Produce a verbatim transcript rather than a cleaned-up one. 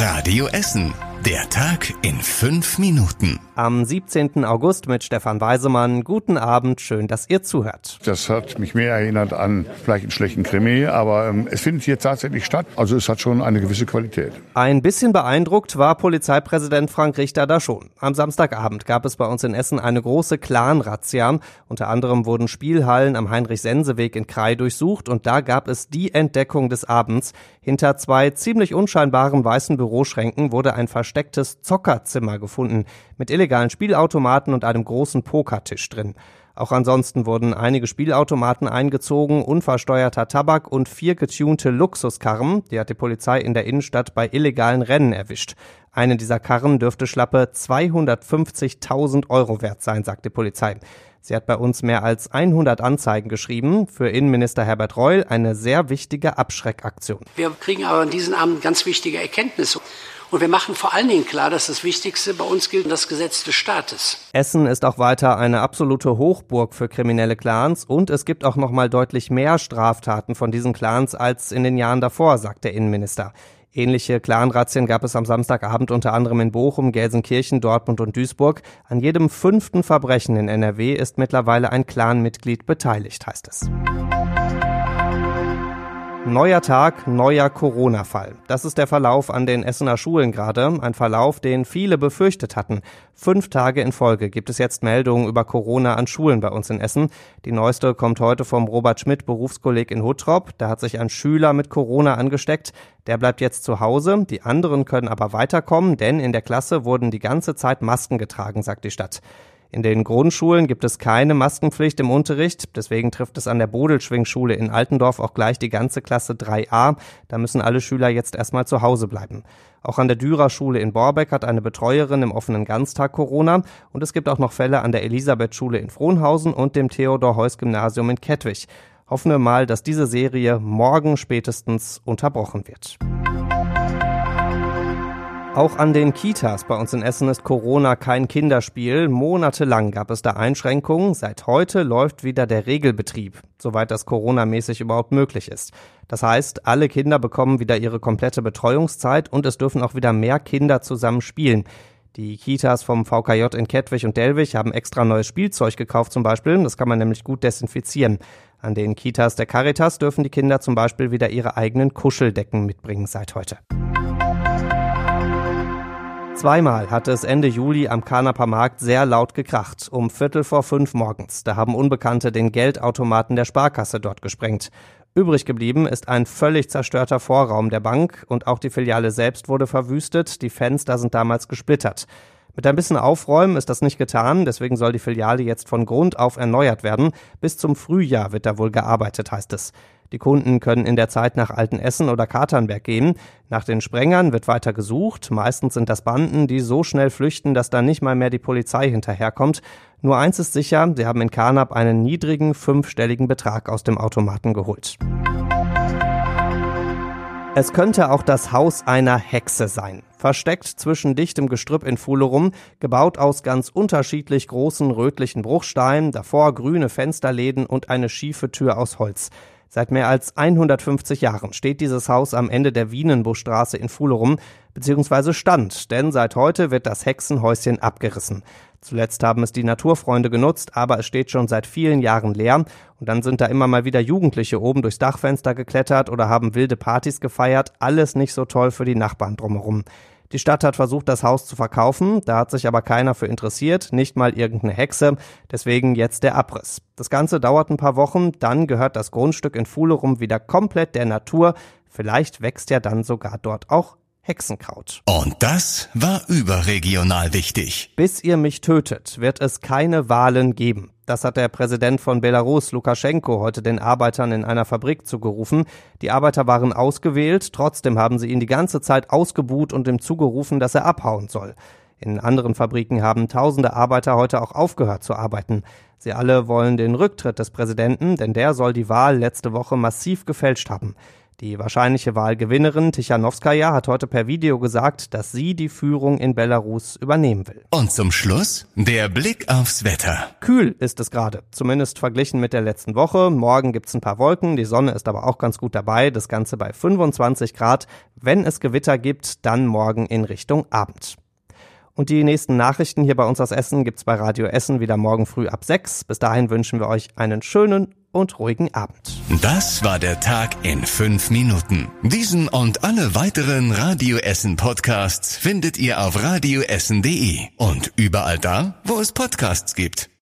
Radio Essen. Der Tag in fünf Minuten. Am siebzehnten August mit Stefan Weisemann. Guten Abend, schön, dass ihr zuhört. Das hat mich mehr erinnert an vielleicht einen schlechten Krimi, aber ähm, es findet hier tatsächlich statt. Also es hat schon eine gewisse Qualität. Ein bisschen beeindruckt war Polizeipräsident Frank Richter da schon. Am Samstagabend gab es bei uns in Essen eine große Clan-Razzia. Unter anderem wurden Spielhallen am Heinrich-Sense-Weg in Krai durchsucht und da gab es die Entdeckung des Abends. Hinter zwei ziemlich unscheinbaren weißen Büroschränken wurde ein verstecktes Zockerzimmer gefunden, mit illegalen Spielautomaten und einem großen Pokertisch drin. Auch ansonsten wurden einige Spielautomaten eingezogen, unversteuerter Tabak und vier getunte Luxuskarren. Die hat die Polizei in der Innenstadt bei illegalen Rennen erwischt. Eine dieser Karren dürfte schlappe zweihundertfünfzigtausend Euro wert sein, sagt die Polizei. Sie hat bei uns mehr als hundert Anzeigen geschrieben. Für Innenminister Herbert Reul eine sehr wichtige Abschreckaktion. Wir kriegen aber an diesem Abend ganz wichtige Erkenntnisse. Und wir machen vor allen Dingen klar, dass das Wichtigste bei uns gilt, das Gesetz des Staates. Essen ist auch weiter eine absolute Hochburg für kriminelle Clans und es gibt auch noch mal deutlich mehr Straftaten von diesen Clans als in den Jahren davor, sagt der Innenminister. Ähnliche Clan-Razzien gab es am Samstagabend unter anderem in Bochum, Gelsenkirchen, Dortmund und Duisburg. An jedem fünften Verbrechen in N R W ist mittlerweile ein Clan-Mitglied beteiligt, heißt es. Neuer Tag, neuer Corona-Fall. Das ist der Verlauf an den Essener Schulen gerade. Ein Verlauf, den viele befürchtet hatten. Fünf Tage in Folge gibt es jetzt Meldungen über Corona an Schulen bei uns in Essen. Die neueste kommt heute vom Robert-Schmidt-Berufskolleg in Huttrop. Da hat sich ein Schüler mit Corona angesteckt. Der bleibt jetzt zu Hause. Die anderen können aber weiterkommen, denn in der Klasse wurden die ganze Zeit Masken getragen, sagt die Stadt. In den Grundschulen gibt es keine Maskenpflicht im Unterricht, deswegen trifft es an der Bodelschwingschule in Altendorf auch gleich die ganze Klasse drei a. Da müssen alle Schüler jetzt erstmal zu Hause bleiben. Auch an der Dürerschule in Borbeck hat eine Betreuerin im offenen Ganztag Corona und es gibt auch noch Fälle an der Elisabethschule in Frohnhausen und dem Theodor-Heuss-Gymnasium in Kettwig. Hoffen wir mal, dass diese Serie morgen spätestens unterbrochen wird. Auch an den Kitas bei uns in Essen ist Corona kein Kinderspiel. Monatelang gab es da Einschränkungen. Seit heute läuft wieder der Regelbetrieb, soweit das Corona-mäßig überhaupt möglich ist. Das heißt, alle Kinder bekommen wieder ihre komplette Betreuungszeit und es dürfen auch wieder mehr Kinder zusammen spielen. Die Kitas vom V K J in Kettwig und Dellwig haben extra neues Spielzeug gekauft zum Beispiel. Das kann man nämlich gut desinfizieren. An den Kitas der Caritas dürfen die Kinder zum Beispiel wieder ihre eigenen Kuscheldecken mitbringen seit heute. Zweimal hatte es Ende Juli am Karnaper Markt sehr laut gekracht, um Viertel vor fünf morgens. Da haben Unbekannte den Geldautomaten der Sparkasse dort gesprengt. Übrig geblieben ist ein völlig zerstörter Vorraum der Bank und auch die Filiale selbst wurde verwüstet, die Fenster sind damals gesplittert. Mit ein bisschen Aufräumen ist das nicht getan, deswegen soll die Filiale jetzt von Grund auf erneuert werden. Bis zum Frühjahr wird da wohl gearbeitet, heißt es. Die Kunden können in der Zeit nach Altenessen oder Katernberg gehen. Nach den Sprengern wird weiter gesucht. Meistens sind das Banden, die so schnell flüchten, dass da nicht mal mehr die Polizei hinterherkommt. Nur eins ist sicher, sie haben in Karnap einen niedrigen, fünfstelligen Betrag aus dem Automaten geholt. Es könnte auch das Haus einer Hexe sein. Versteckt zwischen dichtem Gestrüpp in Fuhlerum, gebaut aus ganz unterschiedlich großen rötlichen Bruchsteinen, davor grüne Fensterläden und eine schiefe Tür aus Holz. Seit mehr als hundertfünfzig Jahren steht dieses Haus am Ende der Wienenbuschstraße in Fuhlerum, beziehungsweise stand, denn seit heute wird das Hexenhäuschen abgerissen. Zuletzt haben es die Naturfreunde genutzt, aber es steht schon seit vielen Jahren leer und dann sind da immer mal wieder Jugendliche oben durchs Dachfenster geklettert oder haben wilde Partys gefeiert, alles nicht so toll für die Nachbarn drumherum. Die Stadt hat versucht, das Haus zu verkaufen, da hat sich aber keiner für interessiert, nicht mal irgendeine Hexe, deswegen jetzt der Abriss. Das Ganze dauert ein paar Wochen, dann gehört das Grundstück in Fuhlerum wieder komplett der Natur, vielleicht wächst ja dann sogar dort auch Hexenkraut. Und das war überregional wichtig. Bis ihr mich tötet, wird es keine Wahlen geben. Das hat der Präsident von Belarus, Lukaschenko, heute den Arbeitern in einer Fabrik zugerufen. Die Arbeiter waren ausgewählt, trotzdem haben sie ihn die ganze Zeit ausgebuht und ihm zugerufen, dass er abhauen soll. In anderen Fabriken haben tausende Arbeiter heute auch aufgehört zu arbeiten. Sie alle wollen den Rücktritt des Präsidenten, denn der soll die Wahl letzte Woche massiv gefälscht haben. Die wahrscheinliche Wahlgewinnerin Tichanowskaja hat heute per Video gesagt, dass sie die Führung in Belarus übernehmen will. Und zum Schluss der Blick aufs Wetter. Kühl ist es gerade, zumindest verglichen mit der letzten Woche. Morgen gibt's ein paar Wolken, die Sonne ist aber auch ganz gut dabei, das Ganze bei fünfundzwanzig Grad. Wenn es Gewitter gibt, dann morgen in Richtung Abend. Und die nächsten Nachrichten hier bei uns aus Essen gibt's bei Radio Essen wieder morgen früh ab sechs. Bis dahin wünschen wir euch einen schönen und ruhigen Abend. Das war der Tag in fünf Minuten. Diesen und alle weiteren Radio Essen Podcasts findet ihr auf radioessen punkt de und überall da, wo es Podcasts gibt.